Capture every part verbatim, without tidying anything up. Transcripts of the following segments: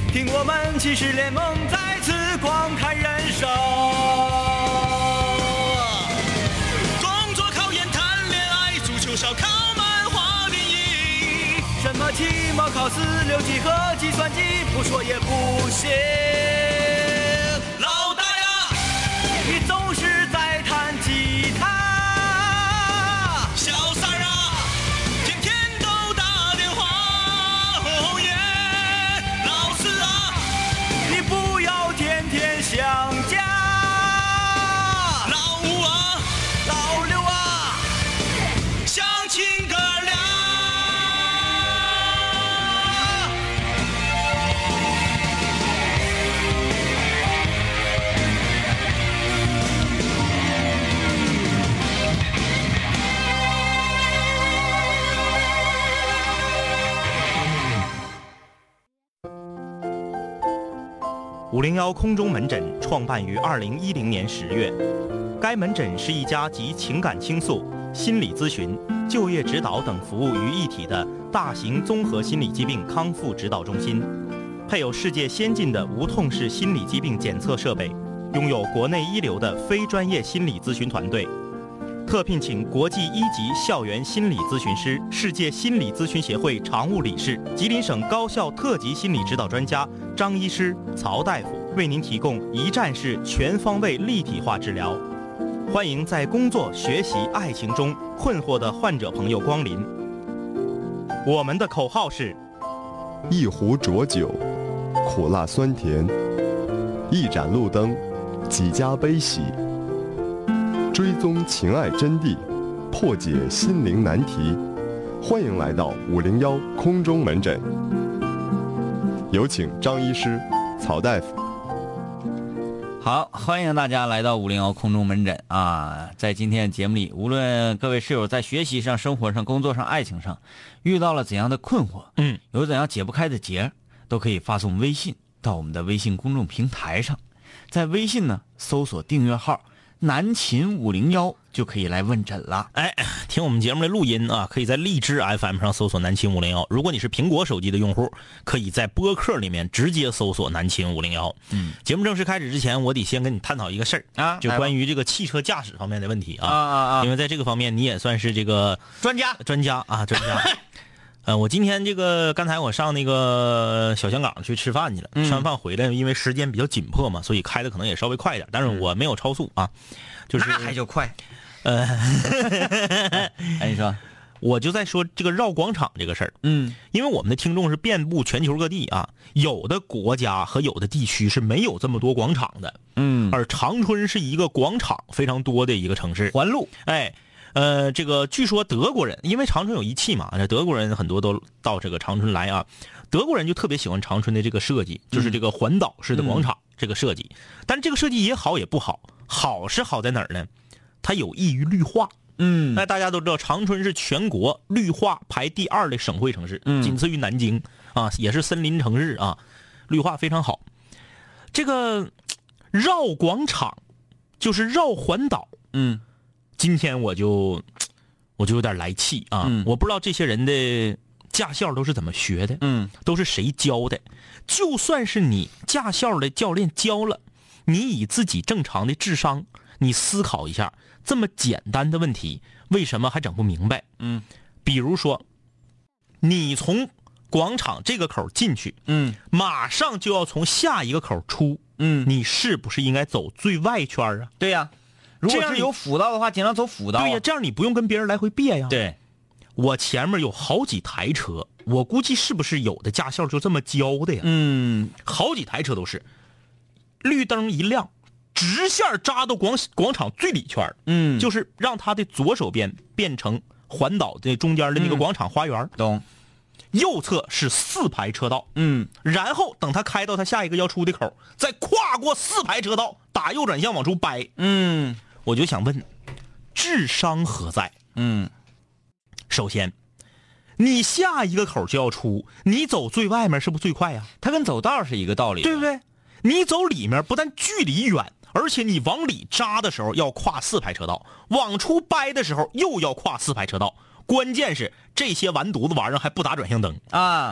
听我们骑士联盟再次光看人生。 工作、考研、谈恋爱，足球、烧烤、漫画、电影， 什么期末考试、六级和计算机，不说也不行。 老大呀， 你总是在弹吉他。 小三儿啊，天天都打电话。哦耶，老四啊， 你不要天天想家。 老五啊， 老六啊， 相亲哥俩。 五零幺空中门诊创办于二零一零年十月，该门诊是一家集情感倾诉、心理咨询、就业指导等服务于一体的大型综合心理疾病康复指导中心，配有世界先进的无痛式心理疾病检测设备，拥有国内一流的非专业心理咨询团队，特聘请国际一级校园心理咨询师、世界心理咨询协会常务理事、吉林省高校特级心理指导专家张医师、曹大夫，为您提供一站式全方位立体化治疗。欢迎在工作、学习、爱情中困惑的患者朋友光临。我们的口号是： 一壶浊酒，苦辣酸甜；一盏路灯，几家悲喜。追踪情爱真谛，破解心灵难题。欢迎来到五零幺空中门诊。有请张医师、曹大夫。 好，欢迎大家来到五零幺空中门诊啊！在今天的节目里，无论各位室友在学习上、生活上、工作上、爱情上遇到了怎样的困惑， 嗯， 有怎样解不开的结，都可以发送微信到我们的微信公众平台上，在微信呢搜索订阅号南秦五零幺就可以来问诊了。 哎，听我们节目的录音啊，可以在荔枝 F M 上搜索南秦五零幺。如果你是苹果手机的用户，可以在播客里面直接搜索南秦五零幺。嗯，节目正式开始之前，我得先跟你探讨一个事儿啊， 就关于这个汽车驾驶方面的问题啊。 啊啊啊！ 因为在这个方面你也算是这个专家专家啊，专家。呃，我今天这个刚才我上那个小香港去吃饭去了， 嗯、 吃完饭回来，因为时间比较紧迫嘛，所以开的可能也稍微快一点，但是我没有超速啊，就是那还叫快。 呃， 哎，你说， 我就在说这个绕广场这个事儿， 嗯， 因为我们的听众是遍布全球各地啊，有的国家和有的地区是没有这么多广场的， 嗯， 而长春是一个广场非常多的一个城市， 环路， 哎。呃，这个据说德国人，因为长春有一汽嘛，德国人很多都到这个长春来啊。德国人就特别喜欢长春的这个设计，就是这个环岛式的广场、嗯、这个设计。但这个设计也好也不好，好是好在哪儿呢？它有益于绿化。 嗯， 那大家都知道，长春是全国绿化排第二的省会城市， 嗯， 仅次于南京啊，也是森林城市啊，绿化非常好。这个绕广场就是绕环岛， 嗯。 今天我就我就有点来气啊、 嗯！ 我不知道这些人的驾校都是怎么学的， 嗯， 都是谁教的？就算是你驾校的教练教了，你以自己正常的智商，你思考一下，这么简单的问题，为什么还整不明白？ 嗯， 比如说，你从广场这个口进去， 嗯， 马上就要从下一个口出， 嗯， 你是不是应该走最外圈啊？ 对呀、啊。如果是有辅道的话，尽量走辅道、啊。 对呀，这样你不用跟别人来回别呀。 对， 我前面有好几台车，我估计是不是有的驾校就这么教的呀？ 嗯， 好几台车都是，绿灯一亮，直线扎到广广场最里圈， 嗯， 就是让他的左手边变成环岛的中间的那个广场花园， 懂、嗯？ 右侧是四排车道， 嗯， 然后等他开到他下一个要出的口，再跨过四排车道，打右转向往出掰， 嗯。 我就想问，智商何在？ 嗯， 首先，你下一个口就要出，你走最外面是不是最快呀？ 它跟走道是一个道理， 对不对？你走里面不但距离远，而且你往里扎的时候要跨四排车道，往出掰的时候又要跨四排车道。关键是这些完犊子玩意儿还不打转向灯啊！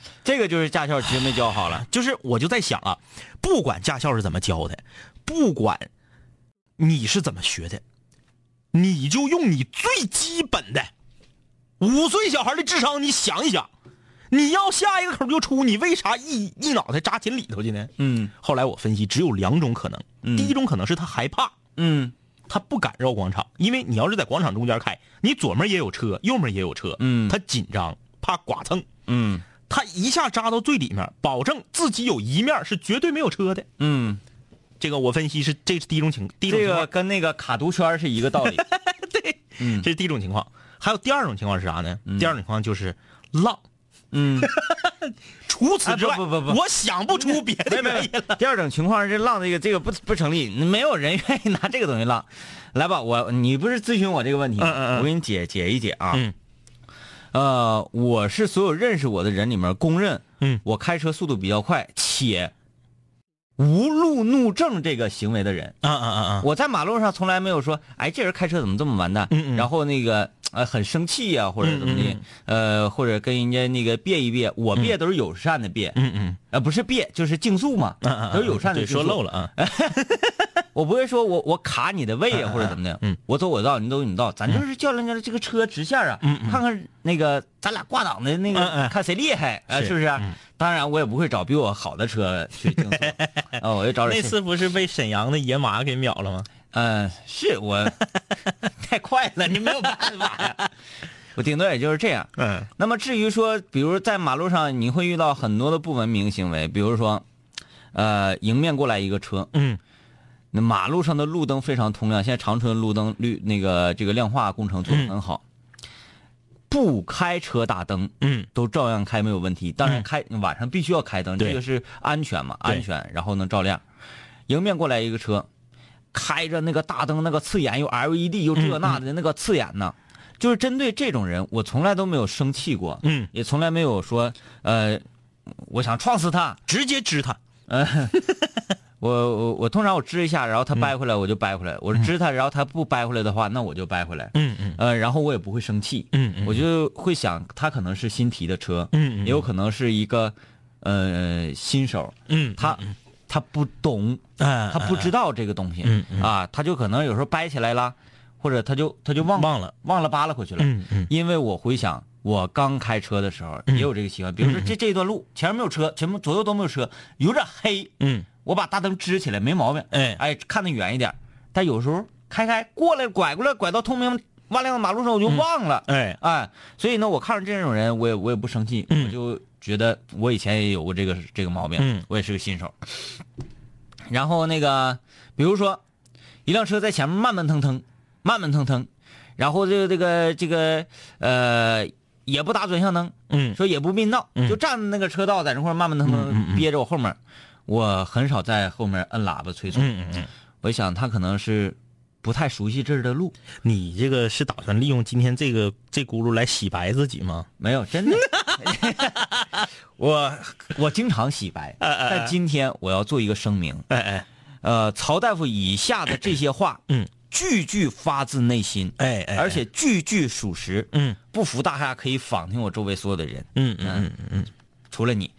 这个就是驾校其实没教好了。 就是我就在想啊，不管驾校是怎么教的，不管你是怎么学的，你就用你最基本的五岁小孩的智商，你想一想，你要下一个口就出，你为啥一一脑袋扎进里头去呢？ 嗯， 后来我分析只有两种可能， 嗯、 第一种可能是他害怕， 嗯， 他不敢绕广场，因为你要是在广场中间开，你左面也有车，右面也有车， 嗯， 他紧张，怕剐蹭， 嗯。 他一下扎到最里面，保证自己有一面是绝对没有车的。 嗯， 这个我分析是这是第一种情，第一种情况， 这个跟那个卡毒圈是一个道理。 对，嗯，这是第一种情况。还有第二种情况是啥呢？嗯、第二种情况就是浪。 嗯， 除此之外， 啊、不不不不， 我想不出别的原因了。 第二种情况是浪这个这个不不成立，没有人愿意拿这个东西浪。来吧，我你不是咨询我这个问题， 嗯嗯嗯， 我给你解解一解啊。 嗯。 呃，我是所有认识我的人里面公认， 嗯， 我开车速度比较快且无路怒症这个行为的人。 啊啊啊啊！ 我在马路上从来没有说，哎，这人开车怎么这么完蛋？ 嗯嗯。 然后那个呃很生气呀、啊，或者怎么的， 嗯嗯、呃，或者跟人家那个别一别，我别都是友善的别， 嗯嗯， 呃不是别就是竞速嘛， 嗯嗯， 都是友善的竞速。 说漏了啊。 我不会说我我卡你的位啊，或者怎么的， 嗯， 我走我道，你走你道，咱就是较量较量这个车直线啊， 嗯， 看看那个咱俩挂档的那个，看谁厉害，啊，是不是？当然我也不会找比我好的车去竞速，啊，我就找那次不是被沈阳的野马给秒了吗？ 嗯，是我太快了，你没有办法呀。我顶多也就是这样。 嗯， 那么至于说，比如在马路上你会遇到很多的不文明行为，比如说，呃，迎面过来一个车， 嗯。 那马路上的路灯非常通亮，现在长春路灯绿那个这个亮化工程做得很好，嗯、不开车大灯， 嗯， 都照样开没有问题。当然开、嗯、晚上必须要开灯，这个是安全嘛，安全，然后能照亮。迎面过来一个车，开着那个大灯，那个刺眼又 L E D 又这那的那个刺眼呢，嗯、就是针对这种人，我从来都没有生气过， 嗯， 也从来没有说呃，我想撞死他， 直接支他， 嗯。我我我通常我支一下，然后他掰回来我就掰回来。我支他，然后他不掰回来的话，那我就掰回来。 嗯嗯。 呃，然后我也不会生气。 嗯嗯。 我就会想，他可能是新提的车， 嗯嗯， 也有可能是一个呃新手。 嗯。 他他不懂，他不知道这个东西。 嗯嗯。 啊，他就可能有时候掰起来了，或者他就他就忘忘了忘了扒拉回去了。 嗯嗯。 因为我回想，我刚开车的时候也有这个习惯，比如说这这一段路前面没有车，前面左右都没有车，有点黑。 嗯。 我把大灯支起来没毛病， 哎哎，看得远一点。但有时候开开过来拐过来拐到透明万亮的马路上，我就忘了， 嗯、哎哎，所以呢，我看着这种人，我也我也不生气， 嗯、 我就觉得我以前也有过这个这个毛病， 嗯， 我也是个新手。然后那个，比如说一辆车在前面慢慢腾腾，慢慢腾腾，然后这个这个这个呃也不打转向灯， 嗯， 说也不并道， 嗯、 就站那个车道在那块慢慢腾腾憋着我后面。我很少在后面摁喇叭催促， 嗯嗯嗯， 我想他可能是不太熟悉这儿的路。 你这个是打算利用今天这个这轱辘来洗白自己吗？ 没有，真的。我我经常洗白， 哎哎但今天我要做一个声明。 哎哎， 呃，曹大夫以下的这些话， 嗯， 句句发自内心， 哎哎， 而且句句属实。 嗯， 不服大家可以访听我周围所有的人。 嗯嗯嗯嗯， 除了你。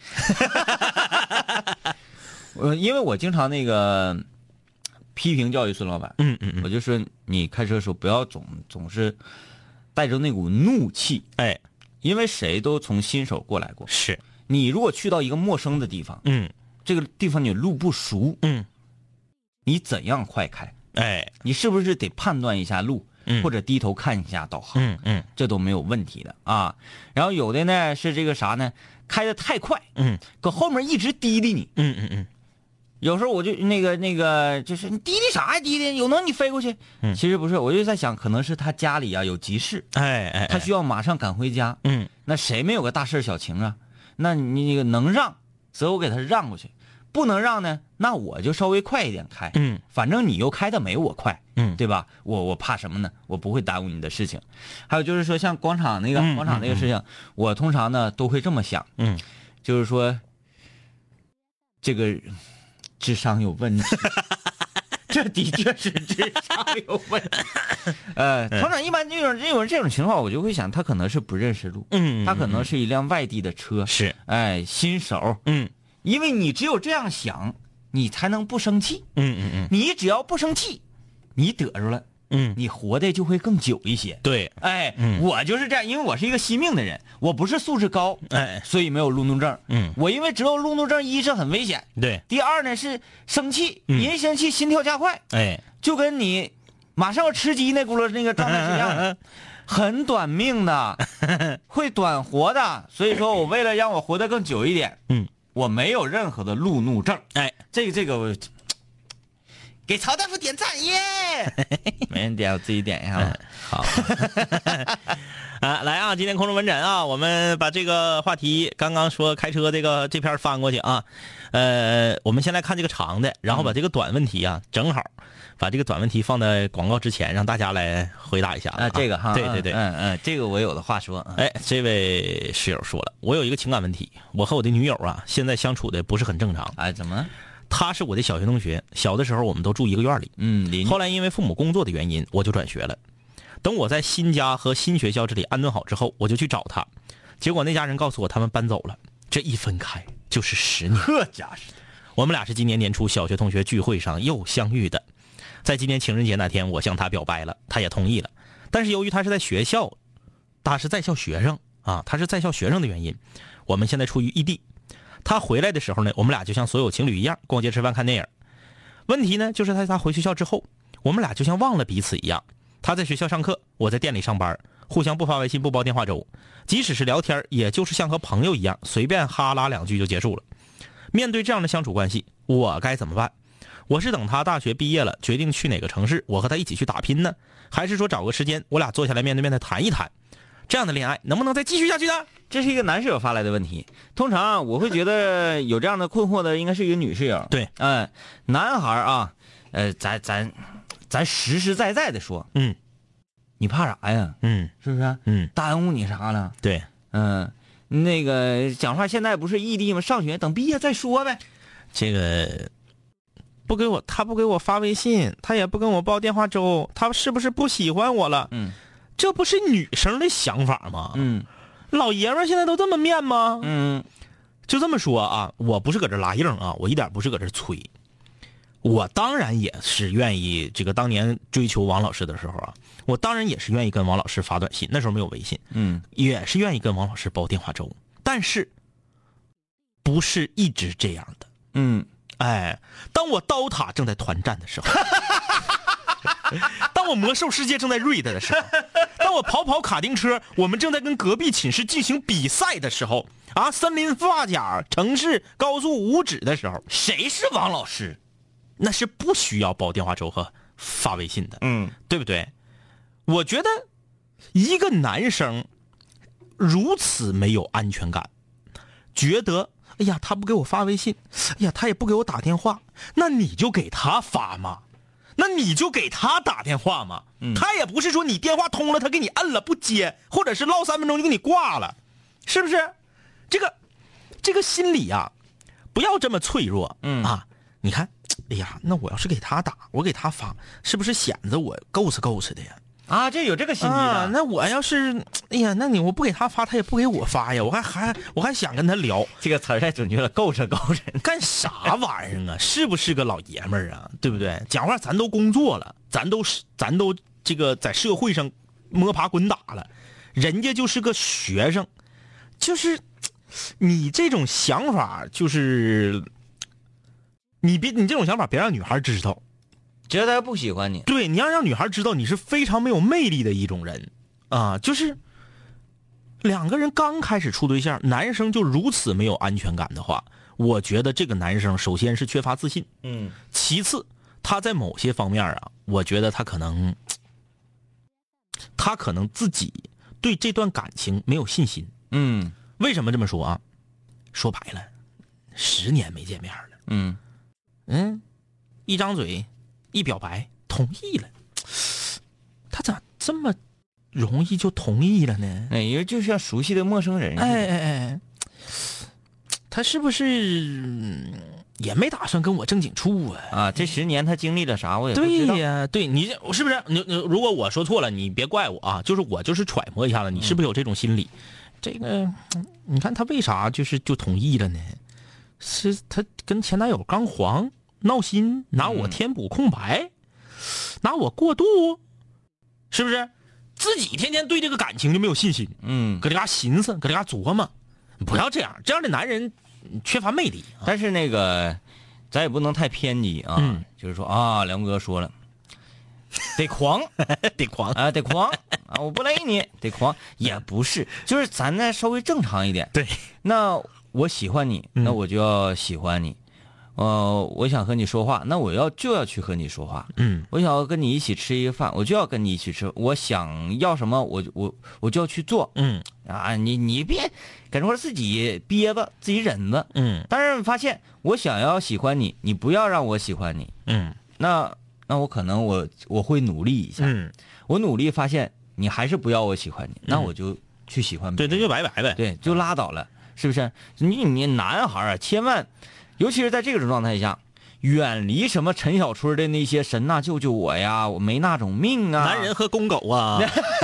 呃，因为我经常那个批评教育孙老板， 嗯嗯， 我就说你开车的时候不要总总是带着那股怒气， 哎， 因为谁都从新手过来过。 是， 你如果去到一个陌生的地方， 嗯， 这个地方你路不熟， 嗯， 你怎样快开？ 哎， 你是不是得判断一下路， 嗯， 或者低头看一下导航， 嗯嗯， 这都没有问题的啊。然后有的呢是这个啥呢？开得太快， 嗯， 搁后面一直滴滴你， 嗯嗯嗯。 有时候我就那个那个，就是你滴滴啥呀？滴滴有能你飞过去？ 嗯， 其实不是，我就在想，可能是他家里啊有急事， 哎哎， 他需要马上赶回家。 嗯， 那谁没有个大事小情啊？那你那个能让，则我给他让过去；不能让呢，那我就稍微快一点开。 嗯， 反正你又开的没我快， 嗯， 对吧？我我怕什么呢？我不会耽误你的事情。还有就是说，像广场那个、 嗯、 广场那个事情， 嗯、 我通常呢都会这么想， 嗯， 就是说这个。智商有问题， 这的确是智商有问题。呃，通常一般这种这种这种情况，我就会想，他可能是不认识路， 嗯， 他可能是一辆外地的车， 是， 哎，新手， 嗯， 因为你只有这样想，你才能不生气， 嗯嗯嗯， 你只要不生气，你得着了。 嗯， 你活的就会更久一些。 对， 哎， 嗯、 我就是这样，因为我是一个惜命的人，我不是素质高， 哎， 所以没有路怒症。 嗯， 我因为知道路怒症一是很危险， 对， 第二呢是生气， 嗯、 一生气心跳加快， 哎， 就跟你马上要吃鸡那轱辘那个状态是一样的，很短命的，会短活的。所以说我为了让我活得更久一点， 嗯， 我没有任何的路怒症。 哎， 这个这个我。给曹大夫点赞耶！没人点，我自己点一下吧。 好，啊，来啊！今天空中门诊啊，我们把这个话题刚刚说开车这个这篇翻过去啊，呃，我们先来看这个长的，然后把这个短问题啊，正好把这个短问题放在广告之前，让大家来回答一下啊。这个哈， 对对对， 嗯嗯，这个我有的话说。 哎，这位室友说了，我有一个情感问题，我和我的女友啊，现在相处的不是很正常。 哎，怎么？ 他是我的小学同学，小的时候我们都住一个院里， 嗯， 后来因为父母工作的原因，我就转学了。等我在新家和新学校这里安顿好之后，我就去找他，结果那家人告诉我他们搬走了。这一分开就是十年， 这家是。 我们俩是今年年初小学同学聚会上又相遇的，在今年情人节那天，我向他表白了，他也同意了。但是由于他是在学校，他是在校学生啊，他是在校学生的原因，我们现在处于异地。他回来的时候呢，我们俩就像所有情侣一样逛街吃饭看电影。问题呢，就是在他回学校之后，我们俩就像忘了彼此一样。他在学校上课，我在店里上班，互相不发微信不煲电话粥，即使是聊天，也就是像和朋友一样，随便哈拉两句就结束了。面对这样的相处关系，我该怎么办？我是等他大学毕业了，决定去哪个城市，我和他一起去打拼呢？还是说找个时间，我俩坐下来面对面的谈一谈？这样的恋爱能不能再继续下去呢？ 这是一个男室友发来的问题。通常我会觉得有这样的困惑的应该是一个女室友。 对， 嗯、呃，男孩啊，呃，咱咱咱实实在在的说， 嗯， 你怕啥呀？ 嗯， 是不是？ 嗯， 耽误你啥了？ 对， 嗯，那个讲话现在不是异地吗？上学等毕业再说呗。 这个不给我，他不给我发微信，他也不跟我煲电话粥，他是不是不喜欢我了？ 嗯。 这不是女生的想法吗？ 嗯， 老爷们儿现在都这么面吗？ 嗯， 就这么说啊，我不是搁这拉硬啊，我一点不是搁这催。我当然也是愿意，这个当年追求王老师的时候啊，我当然也是愿意跟王老师发短信，那时候没有微信， 嗯， 也是愿意跟王老师煲电话粥，但是不是一直这样的。 嗯， 哎，当我刀塔正在团战的时候。当我魔兽世界正在raid的时候，当我跑跑卡丁车，我们正在跟隔壁寝室进行比赛的时候，啊，森林发甲、城市高速无止的时候， 谁是王老师？ 那是不需要煲电话粥和发微信的， 嗯， 对不对？我觉得一个男生如此没有安全感，觉得哎呀，他不给我发微信，哎呀，他也不给我打电话，那你就给他发嘛。那你就给他打电话嘛， 嗯、 他也不是说你电话通了，他给你摁了不接，或者是唠三分钟就给你挂了，是不是？这个这个心理啊，不要这么脆弱， 嗯啊，你看，哎呀，那我要是给他打，我给他发，是不是显得我够哧够哧的呀？ 啊，这有这个心理的、 啊。那我要是，哎呀，那你我不给他发，他也不给我发呀，我还还我还想跟他聊， 这个词儿太准确了，够着够着， 干啥玩意儿啊？是不是个老爷们儿啊？对不对？讲话咱都工作了，咱都是咱都这个在社会上摸爬滚打了，人家就是个学生，就是你这种想法，就是你别你这种想法别让女孩知道。 觉得他不喜欢你， 对，你要让女孩知道你是非常没有魅力的一种人啊！就是两个人刚开始处对象，男生就如此没有安全感的话，我觉得这个男生首先是缺乏自信， 嗯， 其次他在某些方面啊，我觉得他可能他可能自己对这段感情没有信心， 嗯， 为什么这么说啊？说白了，十年没见面了， 嗯嗯，一张嘴。一表白同意了，他咋这么容易就同意了呢？ 哎，因为就像熟悉的陌生人似的。 哎哎哎，他是不是也没打算跟我正经处啊。 啊，这十年他经历了啥，我也不知道。 对呀，对你这是不是？你你如果我说错了，你别怪我啊。就是我就是揣摩一下了，你是不是有这种心理？嗯、这个，你看他为啥就是就同意了呢？是他跟前男友刚黄闹心，拿我填补空白，嗯、拿我过渡，是不是？自己天天对这个感情就没有信心， 嗯， 搁这嘎寻思，搁这嘎琢磨，不要这样，这样的男人缺乏魅力。啊、 但是那个，咱也不能太偏激啊， 嗯、 就是说啊，梁哥说了，得狂， 得狂啊，得狂啊，我不勒你，得狂，也不是，就是咱呢稍微正常一点。 对， 那我喜欢你，那我就要喜欢你。呃，我想和你说话，那我要就要去和你说话。 嗯， 我想要跟你一起吃一个饭，我就要跟你一起吃。我想要什么，我我我就要去做。 嗯， 啊，你你别感觉自己憋着，自己忍着。 嗯， 但是发现我想要喜欢你，你不要让我喜欢你。 嗯， 那那我可能我我会努力一下。 嗯， 我努力发现你还是不要我喜欢你，那我就去喜欢别人。 对，这就拜拜呗。 对，就拉倒了，是不是？你你男孩啊，千万。尤其是在这种状态下，远离什么陈小春的那些神呐救救我呀，我没那种命啊， 男人和公狗啊，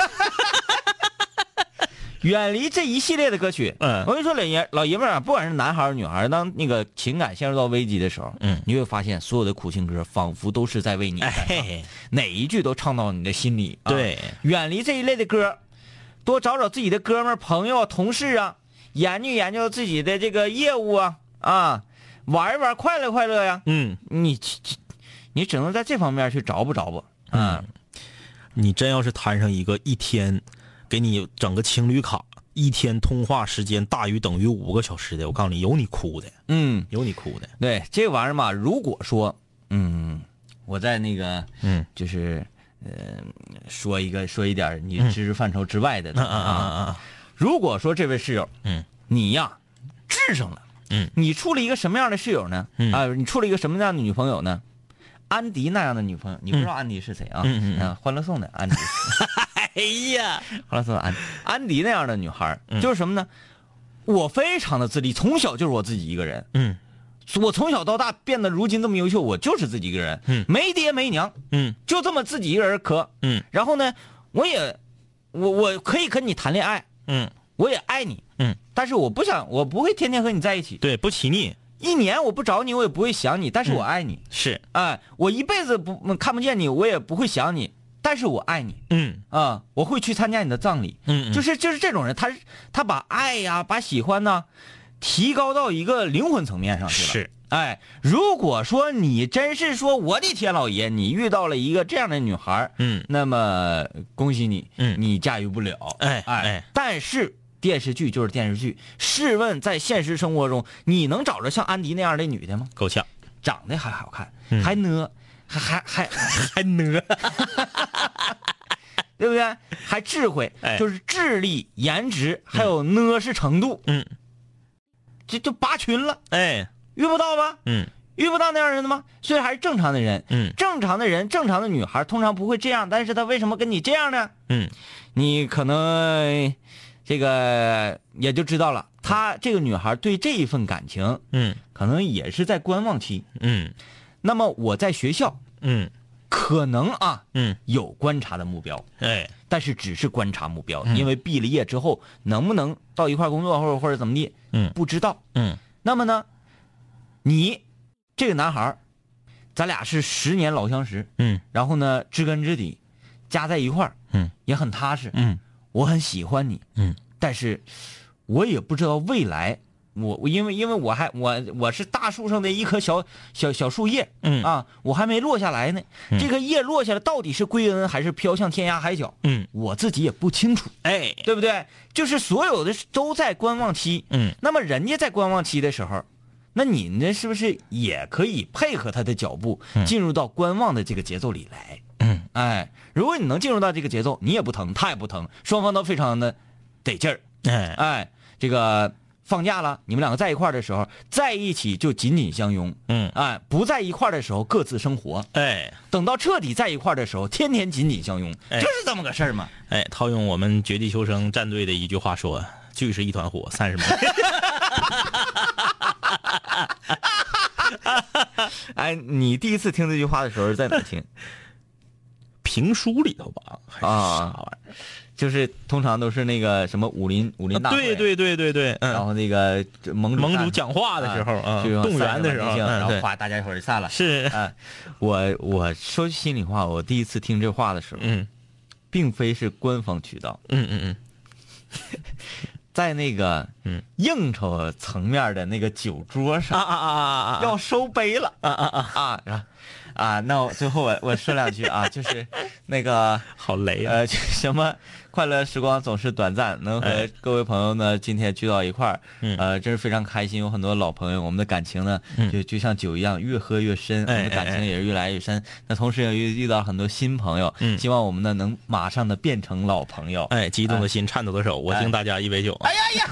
远离这一系列的歌曲。 嗯， 我跟你说，老爷老爷们儿啊，不管是男孩儿女孩儿，当那个情感陷入到危机的时候， 嗯， 你会发现所有的苦情歌仿佛都是在为你唱， 哎， 哪一句都唱到你的心里。啊、 对， 远离这一类的歌，多找找自己的哥们儿、朋友、同事啊，研究研究自己的这个业务啊，啊。玩一玩，快乐快乐呀！ 嗯， 你你只能在这方面去找不着不？嗯， 你真要是摊上一个一天，给你整个情侣卡，一天通话时间大于等于五个小时的，我告诉你，有你哭的， 嗯， 有你哭的。 对，这玩意儿嘛，如果说，嗯，我在那个， 嗯， 就是呃，说一个说一点你知识范畴之外的、 嗯、啊啊啊啊！ 如果说这位室友， 嗯， 你呀治上了。 嗯， 你处了一个什么样的室友呢？ 嗯啊，你处了一个什么样的女朋友呢？安迪那样的女朋友，你不知道安迪是谁啊？ 嗯嗯嗯， 欢乐颂的安迪。 哎呀， 欢乐颂的安安迪那样的女孩，就是什么呢？我非常的自立，从小就是我自己一个人。 嗯， 我从小到大变得如今这么优秀，我就是自己一个人。 嗯， 没爹没娘。 嗯， 就这么自己一个人磕。 嗯， 然后呢，我也，我我可以跟你谈恋爱。 嗯。 我也爱你， 嗯， 但是我不想，我不会天天和你在一起， 对，不起腻。 一年我不找你，我也不会想你，但是我爱你， 嗯、是， 哎，我一辈子不看不见你，我也不会想你，但是我爱你， 嗯啊，我会去参加你的葬礼， 嗯, 嗯， 就是就是这种人，他他把爱呀，把喜欢呢，提高到一个灵魂层面上去了， 是， 哎，如果说你真是说我的天老爷，你遇到了一个这样的女孩， 嗯， 那么恭喜你， 嗯， 你驾驭不了， 哎哎哎， 但是。电视剧就是电视剧，试问在现实生活中，你能找着像安迪那样的女的吗？ 够呛， 长得还好看， 嗯、 还呢，还还还还呢， 对不对？还智慧， 哎、 就是智力、颜值，还有呢是程度， 嗯， 这就拔群了， 哎， 遇不到吧？ 嗯， 遇不到那样人的吗？所以还是正常的人， 嗯， 正常的人，正常的女孩通常不会这样，但是她为什么跟你这样呢？ 嗯， 你可能。这个也就知道了，她这个女孩对这一份感情， 嗯， 可能也是在观望期， 嗯。 那么我在学校， 嗯， 可能啊， 嗯， 有观察的目标， 哎， 但是只是观察目标， 嗯、 因为毕了业之后能不能到一块工作或者或者怎么地， 嗯， 不知道， 嗯。 那么呢，你这个男孩，咱俩是十年老相识， 嗯， 然后呢知根知底，加在一块儿， 嗯， 也很踏实， 嗯。 我很喜欢你， 嗯， 但是我也不知道未来，我我因为因为我还我我是大树上的一棵小小小树叶， 嗯啊，我还没落下来呢， 嗯、 这个叶落下来到底是归恩还是飘向天涯海角， 嗯， 我自己也不清楚， 哎， 对不对？就是所有的都在观望期， 嗯， 那么人家在观望期的时候，那你呢是不是也可以配合他的脚步， 嗯、 进入到观望的这个节奏里来？ 嗯， 哎，如果你能进入到这个节奏，你也不疼，他也不疼，双方都非常的得劲儿。 哎哎，这个放假了，你们两个在一块儿的时候，在一起就紧紧相拥。 嗯， 哎，不在一块儿的时候各自生活。 哎， 等到彻底在一块儿的时候，天天紧紧相拥， 哎、 就是这么个事儿嘛。 哎，套用我们绝地求生战队的一句话说：“聚是一团火，散是煤。” 哎，你第一次听这句话的时候在哪听？ 评书里头吧，还是啥玩意儿？ 就是通常都是那个什么武林武林大会， 对对对对对，嗯， 然后那个盟盟主讲话的时候啊，动员的时候， 然后哗，大家一会儿就散了。 是啊，我我说句心里话，我第一次听这话的时候， 嗯， 并非是官方渠道， 嗯嗯嗯， 在那个嗯应酬层面的那个酒桌上啊啊啊啊啊， 要收杯了啊啊啊啊，然后。啊，那我最后我我说两句啊，就是那个好雷啊， 呃，什么快乐时光总是短暂，能和各位朋友呢今天聚到一块儿， 嗯， 呃，真是非常开心，有很多老朋友，我们的感情呢就就像酒一样，越喝越深，我们的感情也是越来越深。那同时也遇遇到很多新朋友， 嗯， 希望我们呢能马上的变成老朋友。 哎，激动的心，颤抖的手，我敬大家一杯酒。 哎呀呀！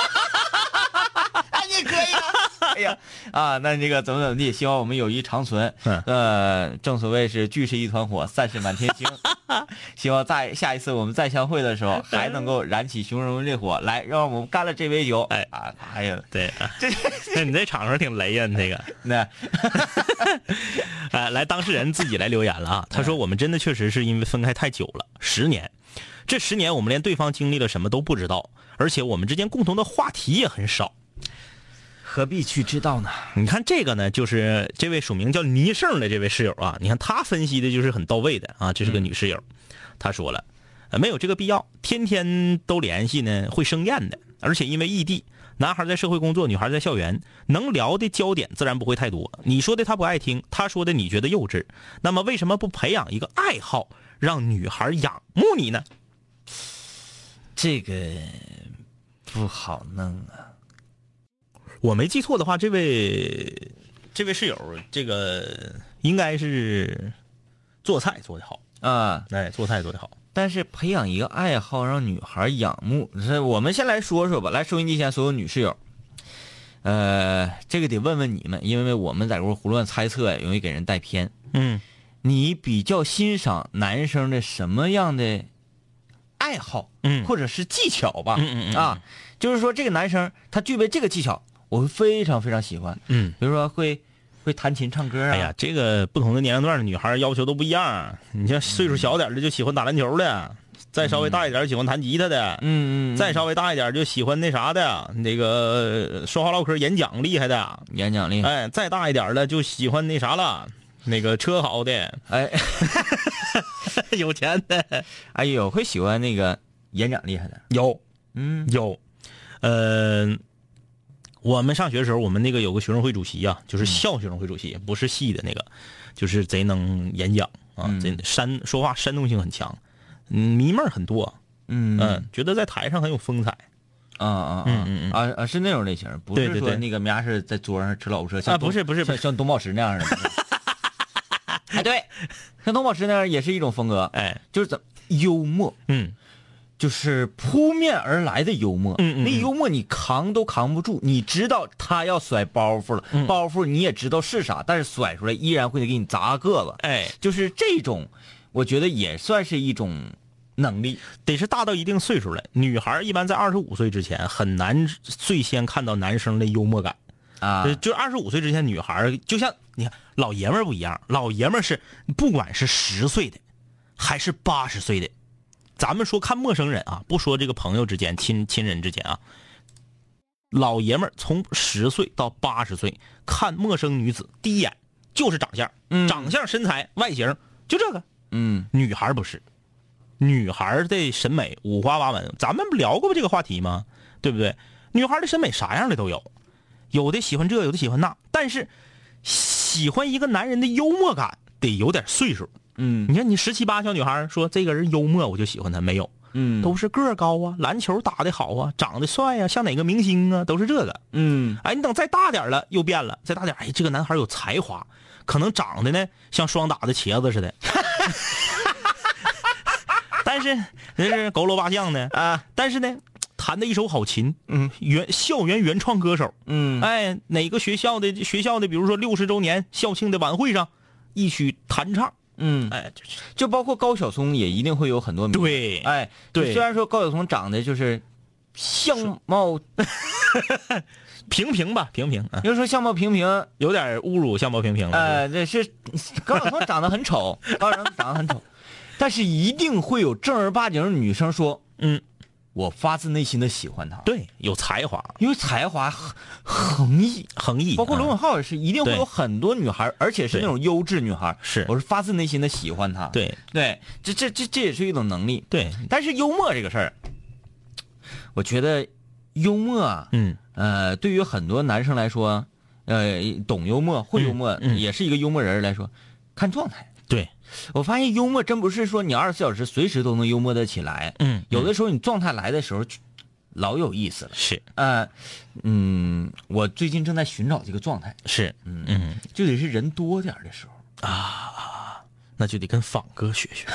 哎，你可以啊！哎呀啊，那这个怎么怎么地，希望我们友谊长存。 嗯、 呃，正所谓是聚是一团火，散是满天星。希望在下一次我们再相会的时候，还能够燃起熊熊烈火，来让我们干了这杯酒。 哎啊，哎呀， 对， 这那你这场合挺雷呀，你这个。 那， 哎，来，当事人自己来留言了啊。他说：“我们真的确实是因为分开太久了，十年。这十年我们连对方经历了什么都不知道，而且我们之间共同的话题也很少。” 何必去知道呢？ 你看这个呢，就是这位署名叫倪胜的这位室友啊，你看他分析的就是很到位的啊。这是个女室友，她说了，呃，没有这个必要，天天都联系呢会生厌的，而且因为异地，男孩在社会工作，女孩在校园，能聊的焦点自然不会太多。你说的他不爱听，他说的你觉得幼稚，那么为什么不培养一个爱好，让女孩仰慕你呢？ 这个不好弄啊。 我没记错的话，这位这位室友，这个应该是做菜做得好啊， 哎，做菜做得好。 但是培养一个爱好让女孩仰慕，我们先来说说吧。来，收音机前所有女室友，呃，这个得问问你们，因为我们在这胡乱猜测，容易给人带偏。 嗯， 你比较欣赏男生的什么样的爱好， 嗯， 或者是技巧吧？ 嗯嗯嗯啊，就是说这个男生他具备这个技巧。我会非常非常喜欢， 嗯， 比如说会会弹琴唱歌啊。 哎呀，这个不同的年龄段的女孩要求都不一样。你像岁数小点的就喜欢打篮球的，再稍微大一点喜欢弹吉他的， 嗯嗯， 再稍微大一点就喜欢那啥的，那个说话唠嗑演讲厉害的， 演讲厉害。 哎，再大一点的就喜欢那啥了，那个车好的， 哎， 有钱的。 哎呦，会喜欢那个演讲厉害的， 有， 嗯， 有，呃。我们上学的时候，我们那个有个学生会主席啊，就是校学生会主席，不是系的那个，就是贼能演讲啊，贼煽说话煽动性很强，嗯，迷妹很多， 嗯嗯，觉得在台上很有风采， 啊啊嗯嗯啊啊是那种类型，不是说那个喵是在桌上吃老虎车啊，不是不是不是像董宝石那样的，哎对，像董宝石那样也是一种风格， 哎， 就是怎幽默， 嗯。 就是扑面而来的幽默， 嗯嗯嗯那幽默你扛都扛不住，你知道他要甩包袱了， 嗯、 包袱你也知道是啥，但是甩出来依然会给你砸个子， 哎， 就是这种，我觉得也算是一种能力， 得是大到一定岁数了。女孩一般在二十五岁之前很难最先看到男生的幽默感啊， 就二十五岁之前，女孩就像你看老爷们儿不一样，老爷们儿是不管是十岁的还是八十岁的。咱们说看陌生人啊，不说这个朋友之间、亲亲人之间啊，老爷们儿从十岁到八十岁看陌生女子，第一眼就是长相， 嗯、 长相、身材、外形，就这个。 嗯， 女孩不是，女孩的审美五花八门。咱们不聊过这个话题吗？对不对？女孩的审美啥样的都有，有的喜欢这，有的喜欢那，但是喜欢一个男人的幽默感得有点岁数。 嗯， 你看你十七八小女孩说这个人幽默，我就喜欢他，没有， 嗯， 都是个儿高啊，篮球打得好啊，长得帅啊，像哪个明星啊，都是这个， 嗯， 哎，你等再大点了又变了，再大点，哎，这个男孩有才华，可能长得呢像双打的茄子似的，但是那是佝偻八将的啊，但是呢弹的一手好琴，嗯，原校园原创歌手， 嗯， 哎，哪个学校的学校的，比如说六十周年校庆的晚会上一曲弹唱。 嗯， 哎，就是就包括高晓松也一定会有很多名， 对， 哎， 对， 虽然说高晓松长得就是相貌平平吧，平平。 有人说相貌平平， 有点侮辱相貌平平了。 呃，这是高晓松长得很丑，高晓松长得很丑，但是一定会有正儿八经的女生说， 嗯， 我发自内心的喜欢他。 对，有才华， 因为才华横横溢， 横溢， 包括罗永浩也是，一定会有很多女孩，而且是那种优质女孩， 是， 我是发自内心的喜欢他。 对对，这这这这也是一种能力。 对， 但是幽默这个事儿，我觉得幽默啊， 嗯， 呃，对于很多男生来说，呃，懂幽默、会幽默， 嗯嗯、 也是一个幽默人来说，看状态。 对， 我发现幽默真不是说你二十四小时随时都能幽默得起来， 嗯， 有的时候你状态来的时候，老有意思了。 是， 呃，嗯，我最近正在寻找这个状态。 是， 嗯嗯， 就得是人多点的时候啊，那就得跟仿哥学学。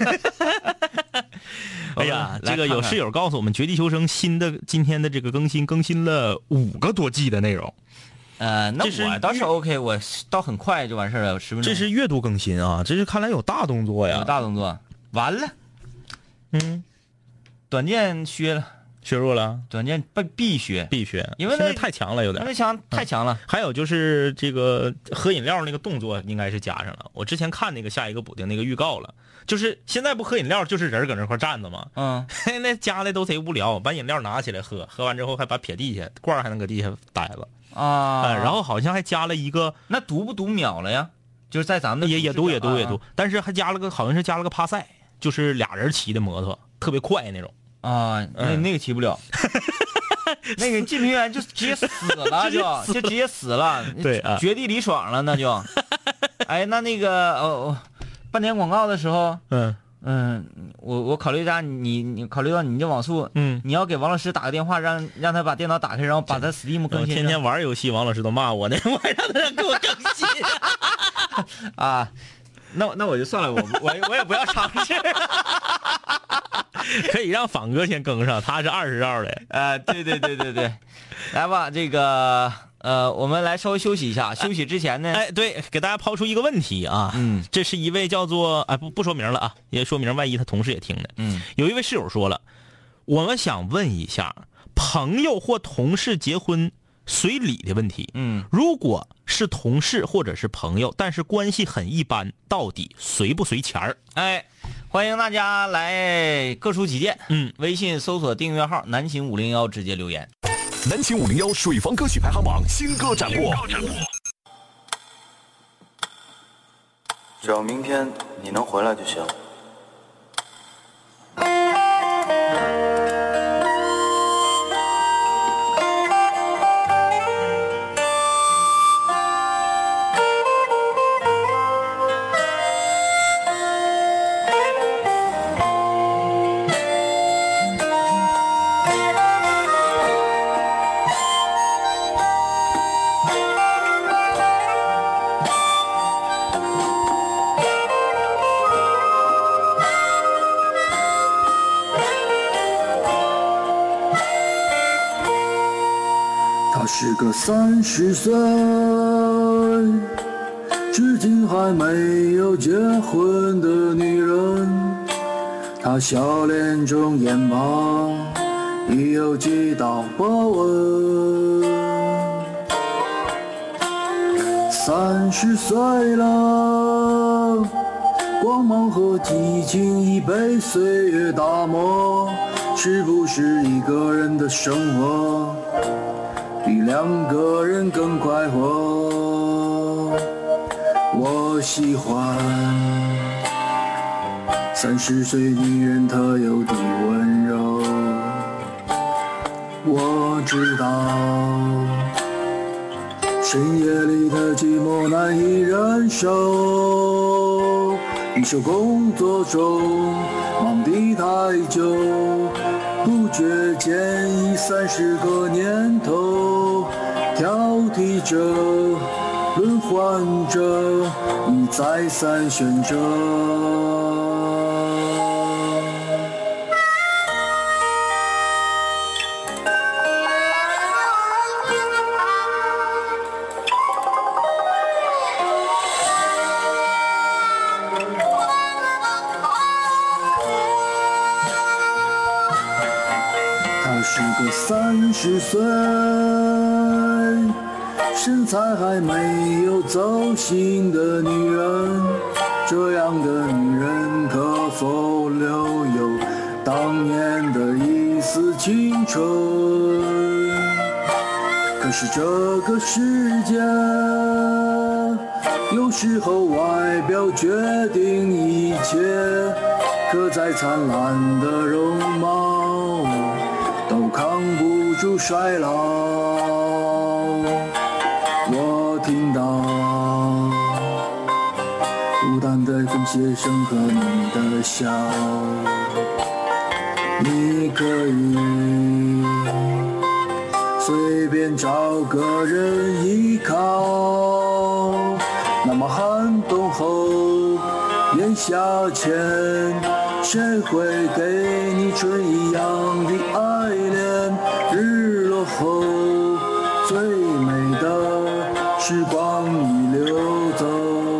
哎呀，这个有室友告诉我们，《绝地求生》新的今天的这个更新更新了五个多 G 的内容。 呃，那我倒是 OK， 我倒很快就完事了，十分钟。 这是月度更新啊，这是看来有大动作呀， 有大动作，完了， 嗯， 短剑削了， 削弱了， 短剑必必削， 必削， 因为那太强了，有点那强太强了、 嗯。还有就是这个喝饮料那个动作应该是加上了，我之前看那个下一个补丁那个预告了。就是现在不喝饮料，就是人搁那块站着嘛。 嗯， 那家里都贼无聊，把饮料拿起来喝，喝完之后还把撇地下，罐还能搁地下待了啊、 嗯。然后好像还加了一个， 那读不读秒了呀？就是在咱们的也也读也读也读、 啊， 但是还加了个好像是加了个趴赛，就是俩人骑的摩托，特别快那种啊。那、嗯、那个骑不了。那个进评员就直接死了就，就就直接死了， 对啊， 绝地李爽了那就。哎，那那个哦。半年广告的时候， 嗯嗯，我我考虑一下，你你考虑到你这网速， 嗯， 你要给王老师打个电话，让让他把电脑打开，然后把他 Steam 更新。 天天玩游戏，王老师都骂我呢，我让他给我更新啊。那那我就算了，我我我也不要尝试。 可以让仿哥先更上，他是二十兆的。 呃，对对对对对，来吧，这个。呃，我们来稍微休息一下。休息之前呢， 哎，对，给大家抛出一个问题啊， 嗯， 这是一位叫做哎不不说名了啊，也说明万一他同事也听呢。 嗯， 有一位室友说了，我们想问一下朋友或同事结婚随礼的问题。 嗯， 如果是同事或者是朋友，但是关系很一般，到底随不随钱儿？ 哎，欢迎大家来各抒己见。 嗯， 微信搜索订阅号南秦五零幺，直接留言。 南秦五零幺水房歌曲排行榜新歌展播， 只要明天你能回来就行。 是个三十岁，至今还没有结婚的女人，她笑脸中眼眸已有几道波纹。三十岁了，光芒和激情已被岁月打磨，是不是一个人的生活比两个人更快活？我喜欢三十岁女人特有的温柔。我知道深夜里的寂寞难以忍受，一手工作中忙得太久，不觉间已三十个年头，挑剔着轮换着，已再三选择。他是个三十岁身材还没有走形的女人，这样的女人可否留有当年的一丝青春？可是这个世界有时候外表决定一切，可再灿烂的容貌都扛不住衰老。我听到孤单的风鞋声和你的笑，你可以随便找个人依靠，那么寒冬后炎夏前，谁会给你春一样的爱恋？日落后最美的时光已流走。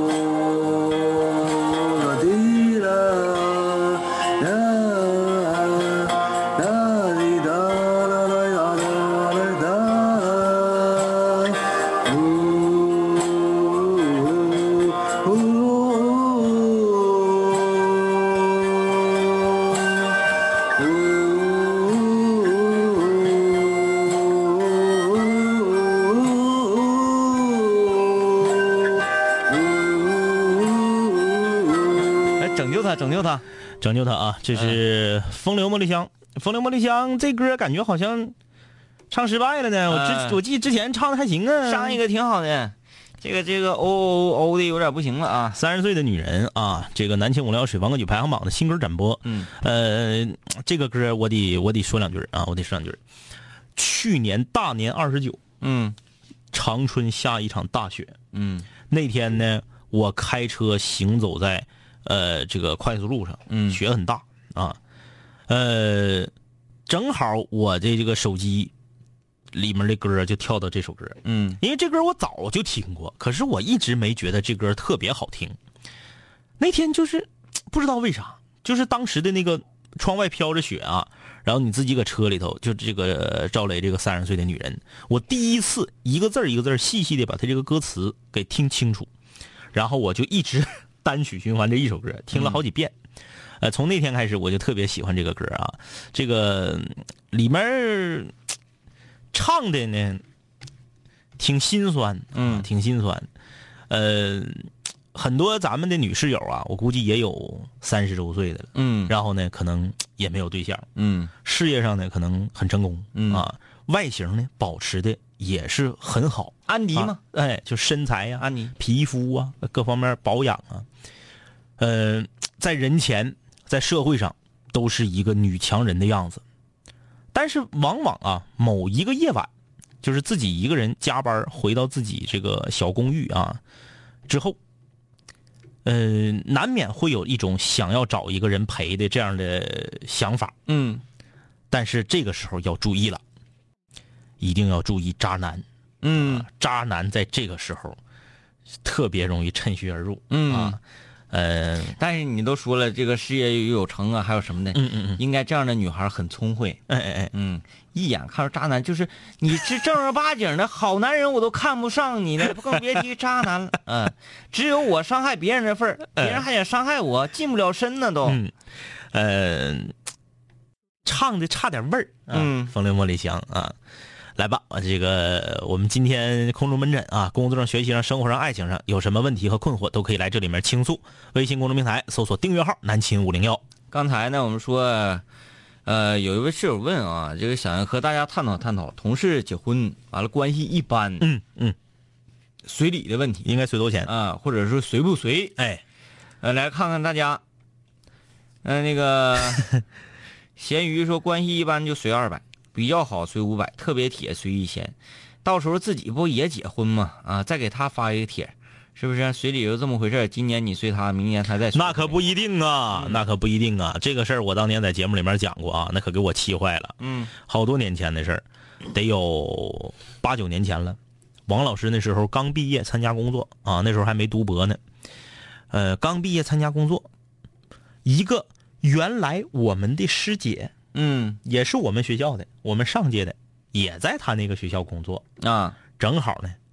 拯救他， 拯救他啊！这是《风流茉莉香》，《风流茉莉香》这歌感觉好像唱失败了呢。我之、呃、我记得之前唱的还行啊， 上一个挺好的，这个这个欧欧欧的有点不行了啊。 三十岁的女人啊，这个南青五聊水房歌曲排行榜的新歌展播。 嗯， 呃，这个歌我得我得说两句啊，我得说两句。去年大年二十九， 嗯， 长春下一场大雪， 嗯， 那天呢，我开车行走在。呃，这个快速路上， 嗯， 雪很大啊，呃，正好我的这个手机里面的歌就跳到这首歌， 嗯， 因为这歌我早就听过，可是我一直没觉得这歌特别好听。那天就是不知道为啥，就是当时的那个窗外飘着雪啊，然后你自己搁车里头，就这个赵雷这个三十岁的女人，我第一次一个字儿一个字儿细细的把他这个歌词给听清楚，然后我就一直。单曲循环这一首歌听了好几遍，嗯、呃，从那天开始我就特别喜欢这个歌啊。这个里面唱的呢挺心酸， 嗯， 挺心酸。呃，很多咱们的女室友啊，我估计也有三十周岁的了， 嗯， 然后呢，可能也没有对象， 嗯， 事业上呢可能很成功， 嗯啊，外形呢保持的也是很好。 安迪嘛， 啊，哎，就身材呀、啊、 安迪皮肤啊，各方面保养啊，呃，在人前，在社会上都是一个女强人的样子。但是往往啊，某一个夜晚，就是自己一个人加班回到自己这个小公寓啊之后，呃，难免会有一种想要找一个人陪的这样的想法。 嗯， 但是这个时候要注意了，一定要注意渣男。 嗯、 啊，渣男在这个时候特别容易趁虚而入。 嗯啊，呃， 但是你都说了，这个事业又有成啊，还有什么的？ 嗯嗯嗯， 应该这样的女孩很聪慧。 哎哎哎， 嗯，一眼看出渣男，就是你是正儿八经的好男人，我都看不上你呢，更别提渣男了。嗯，只有我伤害别人的份儿，别人还想伤害我，近不了身呢都。 嗯，呃，唱的差点味儿。啊、 嗯， 风流茉莉香啊。来吧，这个我们今天空中门诊啊，工作上、学习上、生活上、爱情上有什么问题和困惑，都可以来这里面倾诉。微信公众平台搜索订阅号南秦五零幺。 刚才呢，我们说，呃，有一位室友问啊，这个想要和大家探讨探讨同事结婚完了关系一般， 嗯嗯， 随礼的问题， 应该随多钱啊，或者说随不随？ 哎， 呃，来看看大家，嗯、呃，那个咸鱼说关系一般就随二百。比较好随五百，特别铁随一千，到时候自己不也结婚吗？啊，再给他发一个帖，是不是？随礼就这么回事，今年你随他，明年他再随。 那可不一定啊， 嗯、 那可不一定啊。这个事儿我当年在节目里面讲过啊，那可给我气坏了。 嗯， 好多年前的事儿，得有八九年前了。王老师那时候刚毕业参加工作啊，那时候还没读博呢。呃，刚毕业参加工作，一个原来我们的师姐。 嗯， 也是我们学校的，我们上届的，也在他那个学校工作啊。 正好呢，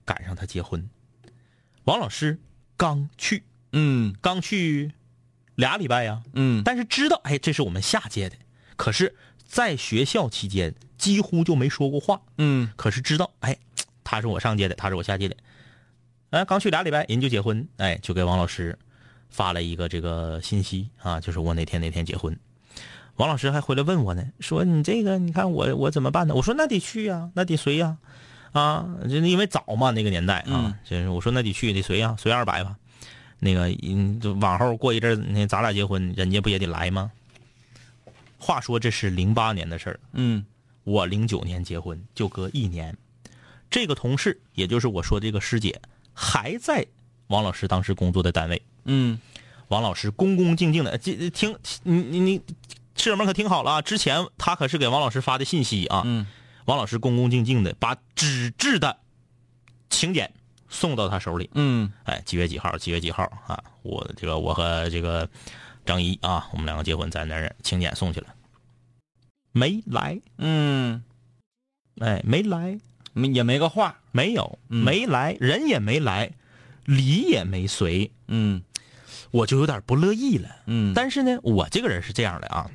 赶上他结婚。王老师刚去， 嗯， 刚去俩礼拜呀， 嗯， 但是知道，哎，这是我们下届的，可是在学校期间几乎就没说过话， 嗯， 可是知道，哎，他是我上届的，他是我下届的，哎，刚去俩礼拜，人就结婚，哎，就给王老师发了一个这个信息啊，就是我哪天哪天结婚。王老师还回来问我呢，说你这个你看我我怎么办呢？我说那得去呀、啊，那得随呀、啊，啊，因为早嘛那个年代啊，就是、嗯、我说那得去得随呀、啊，随二百吧。那个嗯，就往后过一阵，那咱俩结婚，人家不也得来吗？话说这是零八年的事儿， 嗯， 我零九年结婚，就隔一年。这个同事，也就是我说这个师姐，还在王老师当时工作的单位， 嗯， 王老师恭恭敬敬的，这听你你你。室友们可听好了啊！之前他可是给王老师发的信息啊， 嗯， 王老师恭恭敬敬的把纸质的请柬送到他手里， 嗯， 哎，几月几号？几月几号啊？我这个我和这个张一啊，我们两个结婚在那儿，请柬送去了，没来， 嗯， 哎，没来， 也没个话， 没有， 嗯、 没来，人也没来，礼也没随， 嗯， 我就有点不乐意了， 嗯， 但是呢，我这个人是这样的啊。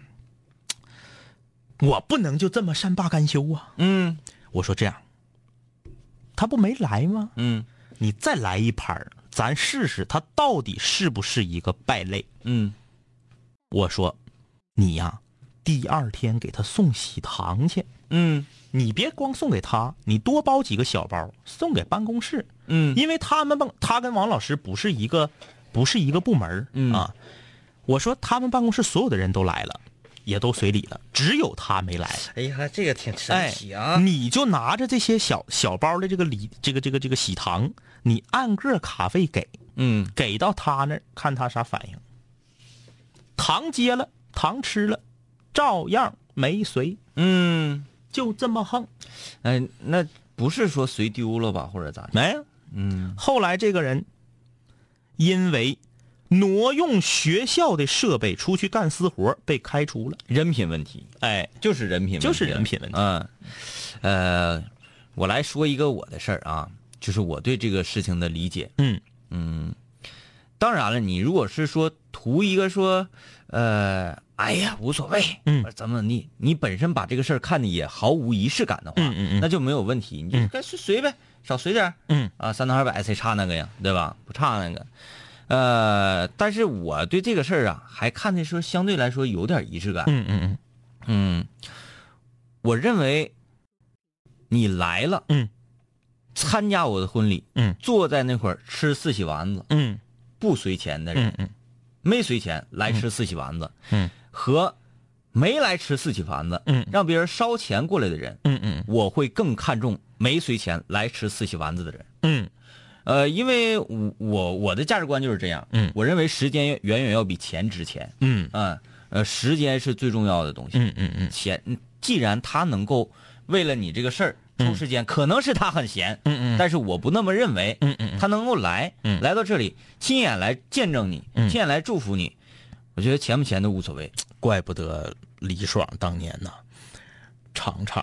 我不能就这么善罢甘休啊！ 嗯， 我说这样，他不没来吗？ 嗯， 你再来一盘，咱试试他到底是不是一个败类。 嗯， 我说，你呀，第二天给他送喜糖去。 嗯， 你别光送给他，你多包几个小包送给办公室。 嗯， 因为他们办，他跟王老师不是一个，不是一个部门、 嗯、 啊。我说他们办公室所有的人都来了。也都随礼了，只有他没来。 哎呀，这个挺神奇啊！ 哎、你就拿着这些小小包的这个礼，这个这个这个喜糖，你按个卡费给， 嗯， 给到他那儿，看他啥反应。糖接了，糖吃了，照样没随， 嗯， 就这么横。 哎，那不是说随丢了吧，或者咋的？ 没有， 嗯。 后来这个人因为挪用学校的设备出去干私活，被开除了， 人品问题。 哎， 就是人品问题， 就是人品问题。 嗯，呃，我来说一个我的事儿啊，就是我对这个事情的理解。 嗯嗯，当然了，你如果是说图一个说，呃，哎呀无所谓， 嗯， 怎么你你本身把这个事儿看的也毫无仪式感的话， 嗯嗯嗯， 那就没有问题，你就该随呗，少随点， 嗯啊，三到二百谁差那个呀，对吧？不差那个。呃，但是我对这个事儿啊，还看的说相对来说有点仪式感。 嗯嗯嗯嗯，我认为你来了， 嗯， 参加我的婚礼， 嗯， 坐在那块儿吃四喜丸子， 嗯， 不随钱的人， 嗯嗯， 没随钱来吃四喜丸子， 嗯， 和没来吃四喜丸子， 嗯， 让别人烧钱过来的人， 嗯嗯， 我会更看重没随钱来吃四喜丸子的人， 嗯。 呃，因为我我我的价值观就是这样， 嗯， 我认为时间远远要比钱值钱， 嗯嗯，呃，时间是最重要的东西， 嗯嗯嗯， 钱既然他能够为了你这个事儿抽时间，嗯、可能是他很闲， 嗯嗯， 但是我不那么认为， 嗯嗯， 他能够来， 嗯， 来到这里亲眼来见证你， 嗯， 亲眼来祝福你，我觉得钱不钱都无所谓， 怪不得李爽当年呢，常常。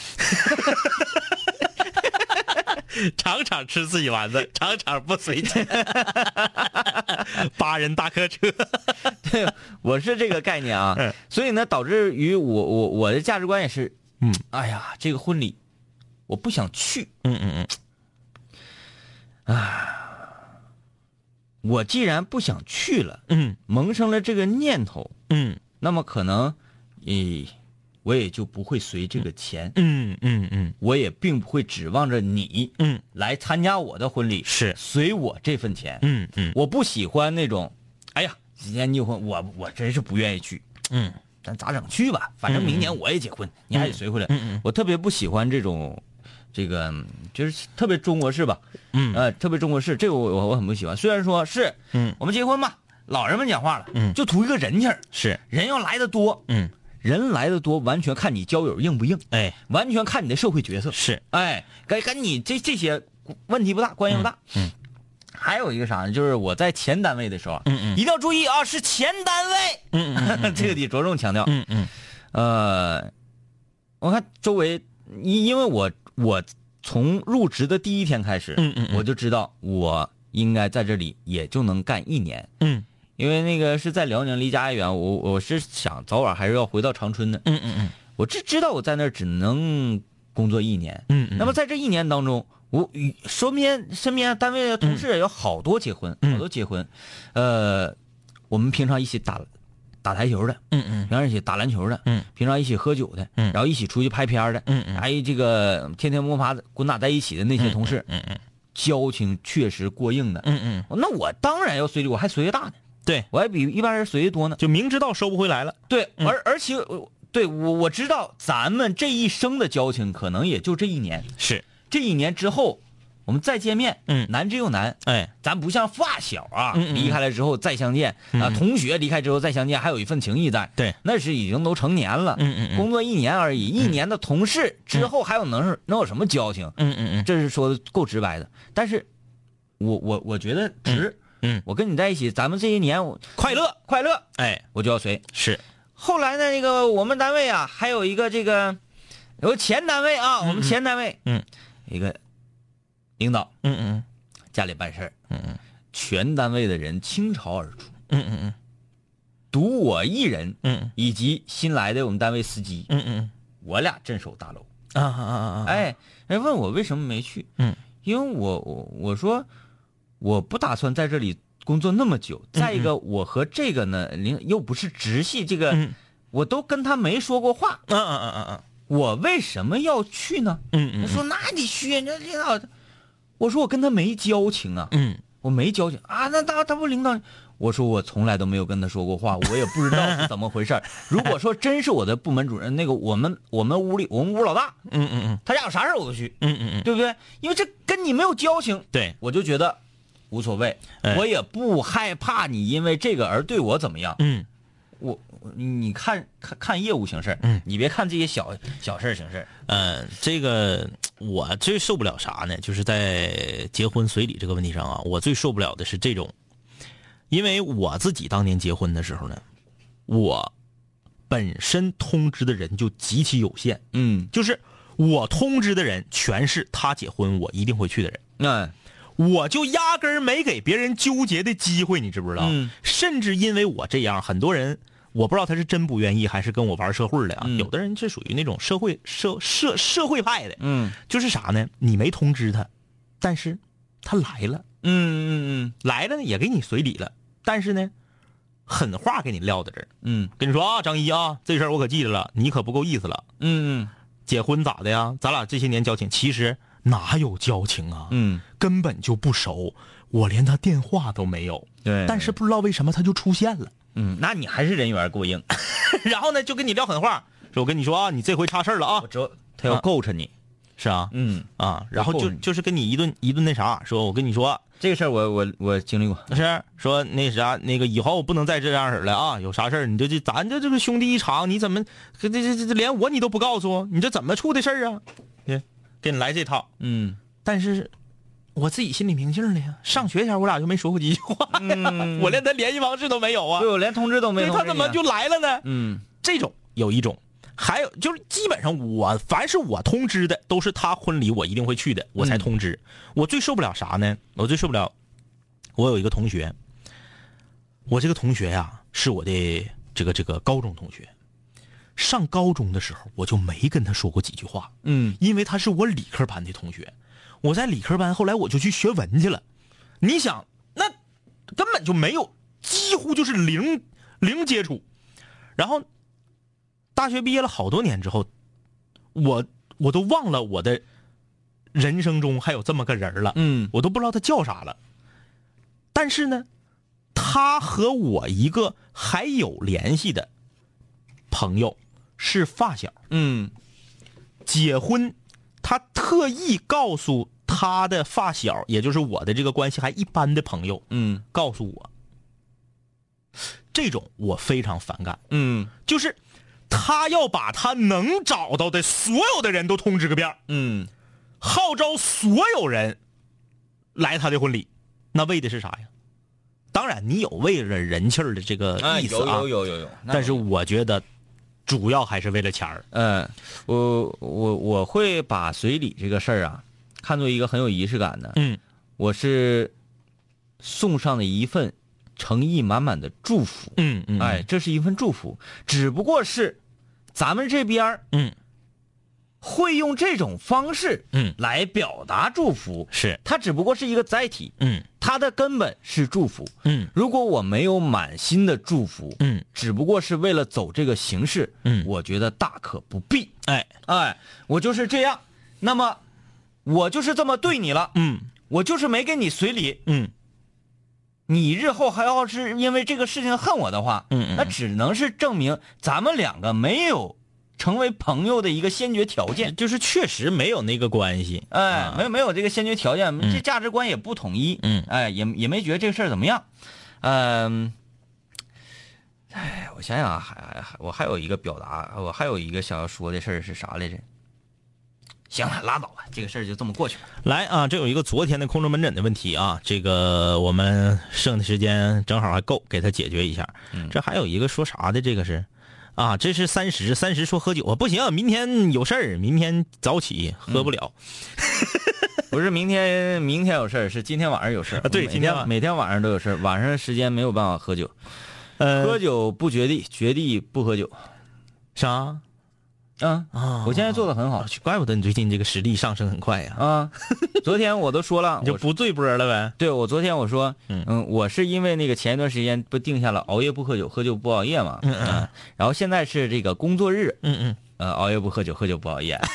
常常吃自己丸子，常常不随钱，八人大客车， 对，我是这个概念啊。 嗯、 所以呢，导致于我我我的价值观也是， 嗯， 哎呀，这个婚礼我不想去， 嗯嗯嗯，啊，我既然不想去了， 嗯， 萌生了这个念头， 嗯， 那么可能，诶。我也就不会随这个钱， 嗯嗯嗯， 我也并不会指望着你， 嗯， 来参加我的婚礼， 是随我这份钱， 嗯嗯， 我不喜欢那种，哎呀，今年结婚，我我真是不愿意去， 嗯， 咱咋整去吧，反正明年我也结婚， 嗯、 你还得随回来， 嗯嗯， 我特别不喜欢这种，这个就是特别中国式吧， 嗯， 呃，特别中国式，这个我我我很不喜欢，虽然说是， 嗯， 我们结婚嘛，老人们讲话了， 嗯， 就图一个人气儿， 是， 人要来的多， 嗯。 人来的多，完全看你交友硬不硬， 哎， 完全看你的社会角色， 是， 哎，跟跟你这这些问题不大，关系不大。 嗯，嗯还有一个啥呢？就是我在前单位的时候， 嗯嗯， 一定要注意啊，是前单位， 嗯 嗯, 嗯， 这个得着重强调。 嗯嗯， 呃，我看周围，因因为我我从入职的第一天开始， 嗯嗯嗯我就知道我应该在这里也就能干一年。 嗯， 因为那个是在辽宁，离家也远，我我是想早晚还是要回到长春的。 嗯嗯嗯， 我只知道我在那儿只能工作一年。 嗯嗯， 那么在这一年当中，我与身边身边单位的同事有好多结婚， 嗯、 好多结婚，呃，我们平常一起打打台球的， 嗯嗯， 平常一起打篮球的， 嗯， 平常一起喝酒的， 嗯， 然后一起出去拍片的， 嗯嗯， 还这个天天摸爬滚打在一起的那些同事， 嗯 嗯, 嗯, 嗯， 交情确实过硬的， 嗯嗯， 那我当然要随礼，我还随的大呢， 对我还比一般人随的多呢， 就明知道收不回来了， 对， 嗯、 而而且对我我知道咱们这一生的交情可能也就这一年， 是这一年之后。我们再见面， 嗯， 难之又难， 哎， 咱不像发小啊， 嗯嗯离开了之后再相见， 嗯啊，同学离开之后再相见，还有一份情谊在， 对， 那是已经都成年了， 嗯嗯嗯， 工作一年而已，一年的同事之后还有能是能有什么交情？ 嗯嗯嗯， 这是说的够直白的，但是我我我觉得值， 嗯， 我跟你在一起，咱们这一年我快乐快乐， 哎， 我就要随。 是， 后来呢，那个我们单位啊，还有一个这个有个前单位啊，我们前单位， 嗯， 一个。领导， 嗯嗯， 家里办事儿， 嗯嗯， 全单位的人倾巢而出， 嗯嗯嗯， 独我一人， 嗯， 以及新来的我们单位司机， 嗯嗯， 我俩镇守大楼， 啊啊啊啊！ 哎，人问我为什么没去， 嗯， 因为我我我说我不打算在这里工作那么久，再一个我和这个呢，领又不是直系，这个、 嗯、 我都跟他没说过话， 嗯嗯嗯嗯嗯， 我为什么要去呢？ 嗯嗯， 他说那你去，那领导。我说我跟他没交情啊， 嗯， 我没交情啊，那他他不领导，我说我从来都没有跟他说过话，我也不知道是怎么回事。如果说真是我的部门主任，那个我们我们屋里我们屋老大， 嗯嗯嗯， 他家有啥事我都去， 嗯嗯嗯， 对不对？因为这跟你没有交情， 对， 我就觉得无所谓， 哎、 我也不害怕你因为这个而对我怎么样， 嗯。 我你看看看业务行事， 嗯， 你别看这些小小事行事。 嗯，这个我最受不了啥呢？就是在结婚随礼这个问题上啊，我最受不了的是这种，因为我自己当年结婚的时候呢，我本身通知的人就极其有限， 嗯， 就是我通知的人全是他结婚我一定会去的人， 嗯。 我就压根儿没给别人纠结的机会，你知不知道？ 嗯， 甚至因为我这样，很多人我不知道他是真不愿意，还是跟我玩社会的啊。 嗯、 有的人是属于那种社会社社社会派的， 嗯， 就是啥呢？你没通知他，但是他来了， 嗯嗯嗯， 来了呢也给你随礼了，但是呢，狠话给你撂在这儿， 嗯， 跟你说啊，张一啊，这事儿我可记着了，你可不够意思了， 嗯嗯， 结婚咋的呀？咱俩这些年交情，其实。哪有交情啊？ 嗯， 根本就不熟，我连他电话都没有。 对， 但是不知道为什么他就出现了。 嗯，那你还是人缘过硬。 然后呢，就跟你撂狠话，说我跟你说啊，你这回差事了啊。 我知道他要构成你， 啊是啊， 嗯啊，然后就就是跟你一顿一顿那啥，说我跟你说这个事儿，我我我经历过， 是说那啥那个以后不能再这样式了啊，有啥事儿你就这咱这这个兄弟一场，你怎么这这这连我你都不告诉，你这怎么处的事儿啊？给给你来这套， 嗯。 但是，我自己心里明镜的呀。上学前我俩就没说过几句话呀， 嗯、 我连他联系方式都没有啊， 对，我连通知都没有。 他怎么就来了呢？ 嗯， 这种有一种，还有就是基本上我凡是我通知的，都是他婚礼我一定会去的，我才通知。嗯、我最受不了啥呢？我最受不了，我有一个同学，我这个同学呀、啊，是我的这个这个高中同学。上高中的时候，我就没跟他说过几句话， 嗯， 因为他是我理科班的同学。我在理科班，后来我就去学文去了。你想，那根本就没有，几乎就是零零接触。然后大学毕业了好多年之后，我我都忘了我的人生中还有这么个人了， 嗯， 我都不知道他叫啥了。但是呢，他和我一个还有联系的朋友是发小， 嗯， 结婚，他特意告诉他的发小，也就是我的这个关系还一般的朋友， 嗯， 告诉我，这种我非常反感， 嗯， 就是他要把他能找到的所有的人都通知个遍， 嗯， 号召所有人来他的婚礼，那为的是啥呀？当然，你有为了人气儿的这个意思啊， 有有有有有， 但是我觉得主要还是为了钱儿。 嗯，我我我会把随礼这个事儿啊， 看作一个很有仪式感的。 嗯， 我是送上了一份诚意满满的祝福。 嗯嗯， 哎，这是一份祝福，只不过是咱们这边嗯会用这种方式嗯来表达祝福， 是它只不过是一个载体。 嗯它的根本是祝福。 嗯如果我没有满心的祝福， 嗯， 只不过是为了走这个形式， 嗯， 我觉得大可不必。 哎哎，我就是这样，那么我就是这么对你了， 嗯我就是没给你随礼， 嗯你日后还要是因为这个事情恨我的话， 嗯嗯那只能是证明咱们两个没有成为朋友的一个先决条件。 就是确实没有那个关系。 哎， 啊没有没有这个先决条件，这价值观也不统一， 嗯哎，也也没觉得这个事儿怎么样，嗯、哎，我想想，还还我还有一个表达，我还有一个想要说的事儿是啥来着？行了，拉倒吧，这个事儿就这么过去了。 来啊，这有一个昨天的空中门诊的问题啊，这个我们剩的时间正好还够，给他解决一下。 嗯这还有一个说啥的，这个是啊，这是三十，三十说喝酒啊，不行，明天有事儿，明天早起喝不了。 不是明天明天有事儿，是今天晚上有事儿、 啊对每今天晚天每天晚上都有事儿，晚上时间没有办法喝酒。 呃， 喝酒不绝地，绝地不喝酒。 啥啊啊？ 我现在做的很好怪不得你最近这个实力上升很快呀。 啊！昨天我都说了， 你就不醉波了呗？ 对，我昨天我说， 嗯嗯，我是因为那个前一段时间不定下了熬夜不喝酒，喝酒不熬夜嘛， 嗯嗯， 然后现在是这个工作日， 嗯嗯呃，熬夜不喝酒，喝酒不熬夜。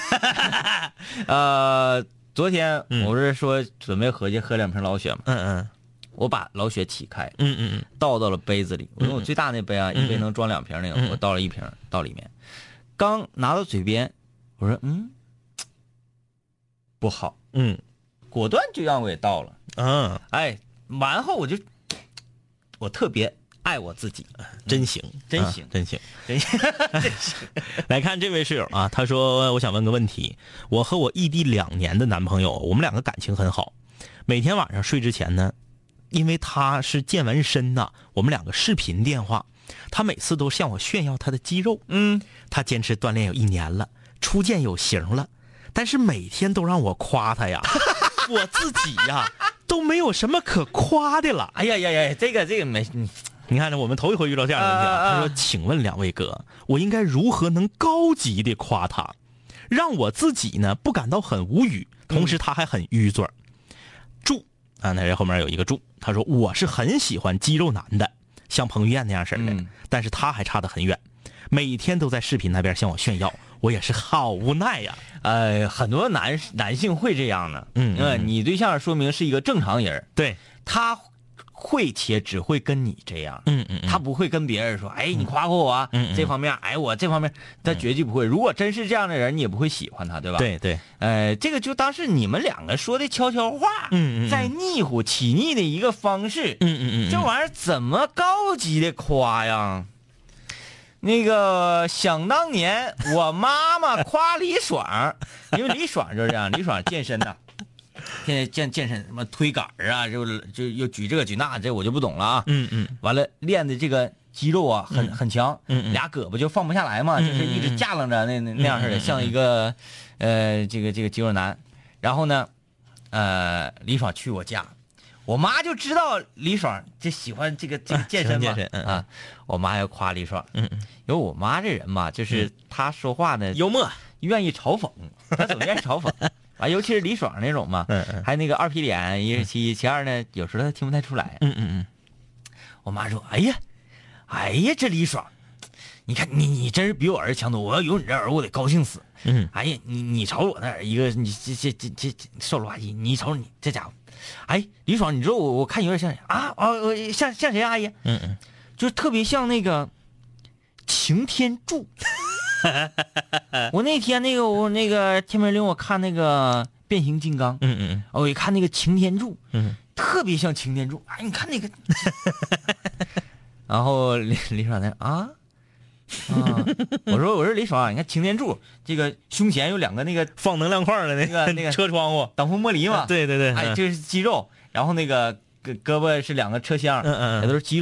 呃，昨天我是说准备合计喝两瓶老雪嘛， 嗯嗯我把老雪起开， 嗯嗯嗯倒到了杯子里，我用我最大那杯啊， 嗯一杯能装两瓶那个， 嗯我倒了一瓶到里面，刚拿到嘴边，我说嗯，不好， 嗯果断就让我给倒了。 嗯， 哎，完后我就，我特别爱我自己， 真行， 真行啊真行。 真行，真行。 来看这位室友啊，他说我想问个问题，我和我异地两年的男朋友，我们两个感情很好，每天晚上睡之前呢，因为他是健完身呐，我们两个视频电话，他每次都向我炫耀他的肌肉， 嗯， 他坚持锻炼有一年了，初见有型了，但是每天都让我夸他呀，我自己呀都没有什么可夸的了。 哎呀呀呀，这个这个没，嗯你看，我们头一回遇到这样的问题啊。 啊啊他说：“请问两位哥，我应该如何能高级的夸他，让我自己呢不感到很无语，同时他还很淤嘴儿？”注啊，那这后面有一个注，他说：“我是很喜欢肌肉男的，像彭于晏那样式的， 嗯但是他还差得很远，每天都在视频那边向我炫耀，我也是好无奈呀。 呃，很多男男性会这样的， 嗯嗯呃你对象说明是一个正常人， 对， 他会且只会跟你这样， 嗯嗯嗯他不会跟别人说，哎，你夸夸我啊， 嗯嗯这方面，哎，我这方面，他绝对不会。如果真是这样的人，你也不会喜欢他，对吧？， 对对， 呃，这个就当是你们两个说的悄悄话， 嗯嗯嗯在腻乎起腻的一个方式， 嗯嗯嗯， 这玩意儿怎么高级的夸呀？那个想当年，我妈妈夸李爽，因为李爽就是这样，李爽健身呐，现在健健身什么推杆啊，就就又举这个举那，这我就不懂了啊。 嗯嗯完了练的这个肌肉啊，很很强， 嗯嗯俩胳膊就放不下来嘛， 嗯嗯就是一直架楞着那那那样似的，像一个呃这个这个肌肉男。然后呢，呃，李爽去我家。我妈就知道李爽这喜欢这个这个健身嘛， 喜欢健身嗯嗯啊，我妈要夸李爽， 嗯嗯， 因为我妈这人嘛，就是她说话呢， 幽默， 愿意嘲讽，她总愿意嘲讽，啊，尤其是李爽那种嘛， 嗯嗯还那个二皮脸，一是其其二呢，有时候她听不太出来， 嗯嗯嗯， 我妈说，哎呀，哎呀，这李爽，你看你你真是比我儿子强多，我要有你这儿我得高兴死， 嗯， 哎呀，你你瞅我那儿一个你这这这这这瘦了吧唧，你瞅你这家伙。哎，李爽，你知道我我看有点像谁啊？哦，我像像谁啊？阿姨， 嗯嗯， 就是特别像那个擎天柱。我那天那个我那个天明岭，我看那个变形金刚， 嗯嗯我一看那个擎天柱， 嗯， 特别像擎天柱。哎，你看那个，然后李李爽那啊。啊！我说我说李爽，你看擎天柱这个胸前有两个那个放能量块的那个那个车窗户， 挡风玻璃嘛， 对对对， 哎，这是肌肉，然后那个胳胳膊是两个车厢， 嗯嗯， 也都是肌肉。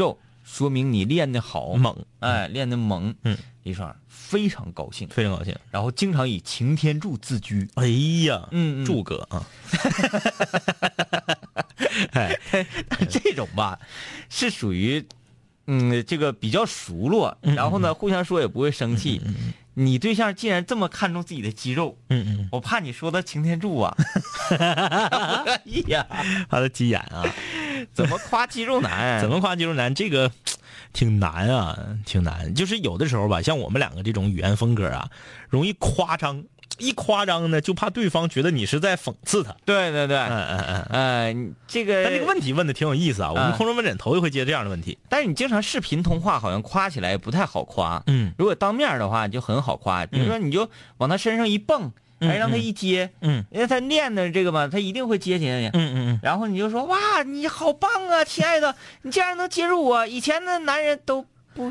说明你练得好猛， 哎，练得猛。 嗯， 李爽非常高兴， 非常高兴， 然后经常以擎天柱自居。 哎呀， 嗯， 柱哥啊， 哎，这种吧，是属于嗯这个比较熟络，然后呢，互相说也不会生气。 嗯嗯你对象既然这么看重自己的肌肉， 嗯嗯， 我怕你说他擎天柱啊。哎呀， 他的急眼啊， 怎么夸肌肉男？ 怎么夸肌肉男？这个挺难啊，挺难。就是有的时候吧，像我们两个这种语言风格啊，容易夸张。一夸张呢，就怕对方觉得你是在讽刺他。 对对对， 嗯嗯嗯， 呃，这个， 但这个问题问的挺有意思啊。我们空中门诊头一回接这样的问题。 但是你经常视频通话，好像夸起来不太好夸。 嗯， 如果当面的话就很好夸。比如说，你就往他身上一蹦，哎，让他一接， 嗯， 因为他练的这个嘛，他一定会接起来。 嗯嗯嗯， 然后你就说，哇，你好棒啊，亲爱的，你竟然能接住我，以前的男人都不。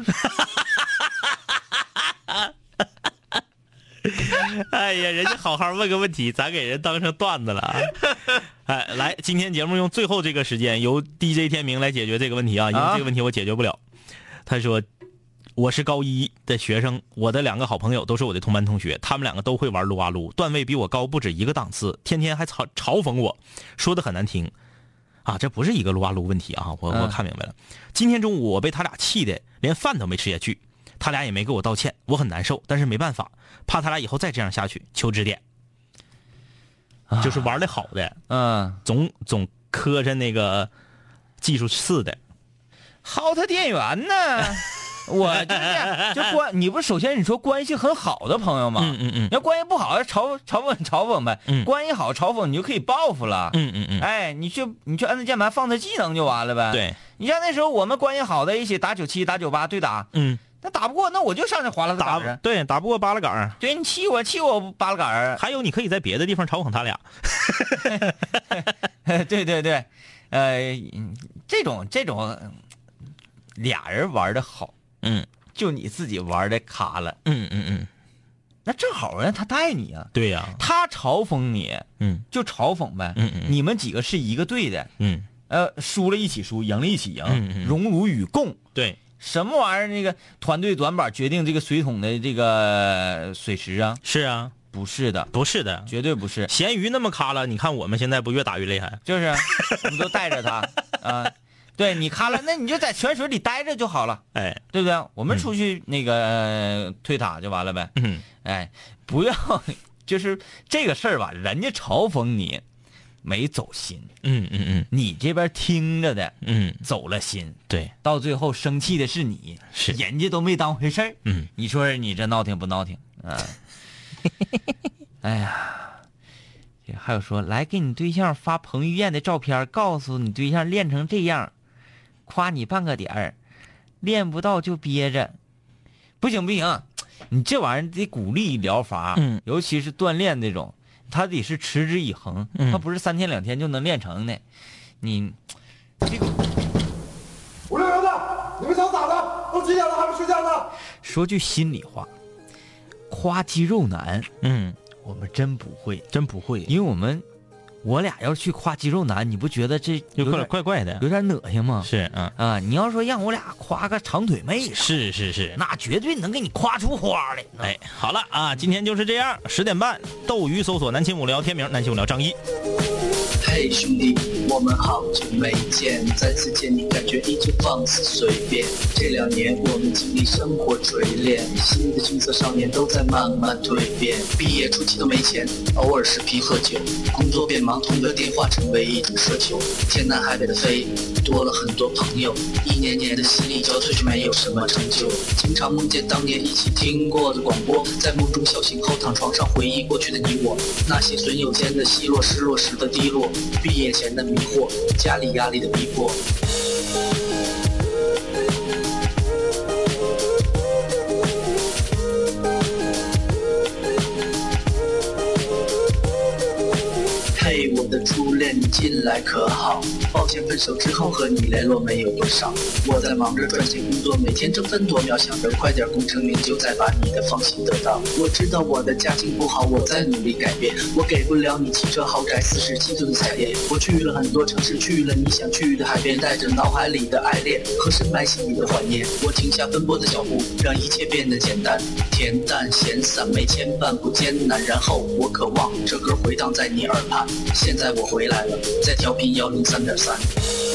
哎呀，人家好好问个问题，咱给人当成段子了啊！哎，来，今天节目用最后这个时间，由 D J 天明来解决这个问题啊，因为这个问题我解决不了。他说，我是高一的学生，我的两个好朋友都是我的同班同学，他们两个都会玩撸啊撸，段位比我高不止一个档次，天天还嘲嘲讽我，说的很难听。啊，这不是一个撸啊撸问题啊，我我看明白了。今天中午我被他俩气的连饭都没吃下去。他俩也没给我道歉，我很难受，但是没办法，怕他俩以后再这样下去，求指点。啊、就是玩的好的， 嗯， 总总磕碜那个技术次的， 薅他店员呢。我就这样，就关你不是首先你说关系很好的朋友吗？ 嗯嗯嗯， 要关系不好，嘲嘲讽嘲讽呗。 嗯， 关系好嘲讽你就可以报复了。 嗯嗯嗯， 哎，你去你去摁着键盘放他技能就完了呗。 对， 你像那时候我们关系好的一起打九七打九八对打， 嗯。 那打不过，那我就上去划拉他杆儿。 对，打不过扒拉杆儿。 对，你气我，气我扒拉杆儿。 还有，你可以在别的地方嘲讽他俩。 对对对，呃，这种这种俩人玩的好， 嗯， 就你自己玩的卡了， 嗯嗯嗯， 那正好让他带你啊。 对呀、 啊，他嘲讽你， 嗯， 就嘲讽呗， 嗯嗯， 你们几个是一个队的， 嗯， 呃，输了一起输，赢了一起赢， 嗯嗯， 荣辱与共， 对。 什么玩意儿？那个团队短板决定这个水桶的这个水池啊？ 是啊， 不是的， 不是的， 绝对不是。 咸鱼那么咖了，你看我们现在不越打越厉害？ 就是，我们都带着他啊。对你咖了，那你就在泉水里待着就好了， 哎， 对不对？我们出去那个、呃、推塔就完了呗。 嗯， 哎，不要，就是这个事儿吧，人家嘲讽你。没走心， 嗯嗯嗯， 你这边听着的， 嗯， 走了心， 对， 到最后生气的是你， 是人家都没当回事儿， 嗯， 你说你这闹挺不闹挺啊？哎呀，还有说来给你对象发彭于晏的照片，告诉你对象练成这样，夸你半个点儿，练不到就憋着，不行不行，你这玩意儿得鼓励疗法， 嗯， 尤其是锻炼这种。他得是持之以恒， 嗯、 他不是三天两天就能练成的。你这个五六零的，你们想咋的？都几点了还不睡觉呢？ 说句心里话，夸肌肉男， 嗯， 我们真不会， 真不会， 因为我们我俩要去夸肌肉男，你不觉得这有点怪怪的， 有点恶心吗？ 是啊啊！你要说让我俩夸个长腿妹， 是是是， 那绝对能给你夸出花来。 哎，好了啊，今天就是这样，十点半，斗鱼搜索南秦五聊天明，南秦五聊张一。 嘿兄弟，我们好久没见，再次见你感觉依旧放肆随便。这两年我们经历生活锤炼，新的青涩少年都在慢慢蜕变。毕业初期都没钱，偶尔视频喝酒，工作变忙，通个电话成为一种奢求。天南海北的飞，多了很多朋友，一年年的犀利交瘁却没有什么成就。经常梦见当年一起听过的广播，在梦中小醒后躺床上回忆过去的你我，那些损友间的奚落，失落时的低落，毕业前的迷惑，家里压力的逼迫。嘿，我的初恋，你近来可好？ 抱歉，分手之后和你联络没有多少。我在忙着赚钱工作，每天争分夺秒，想着快点功成名就，再把你的芳心得到。我知道我的家境不好，我在努力改变，我给不了你汽车豪宅四十七寸的彩电。我去了很多城市，去了你想去的海边，带着脑海里的爱恋和深埋心里的怀念。我停下奔波的脚步，让一切变得简单，恬淡闲散，没牵绊不艰难。然后我渴望这歌回荡在你耳畔，现在我回来了，在调频幺零三点三。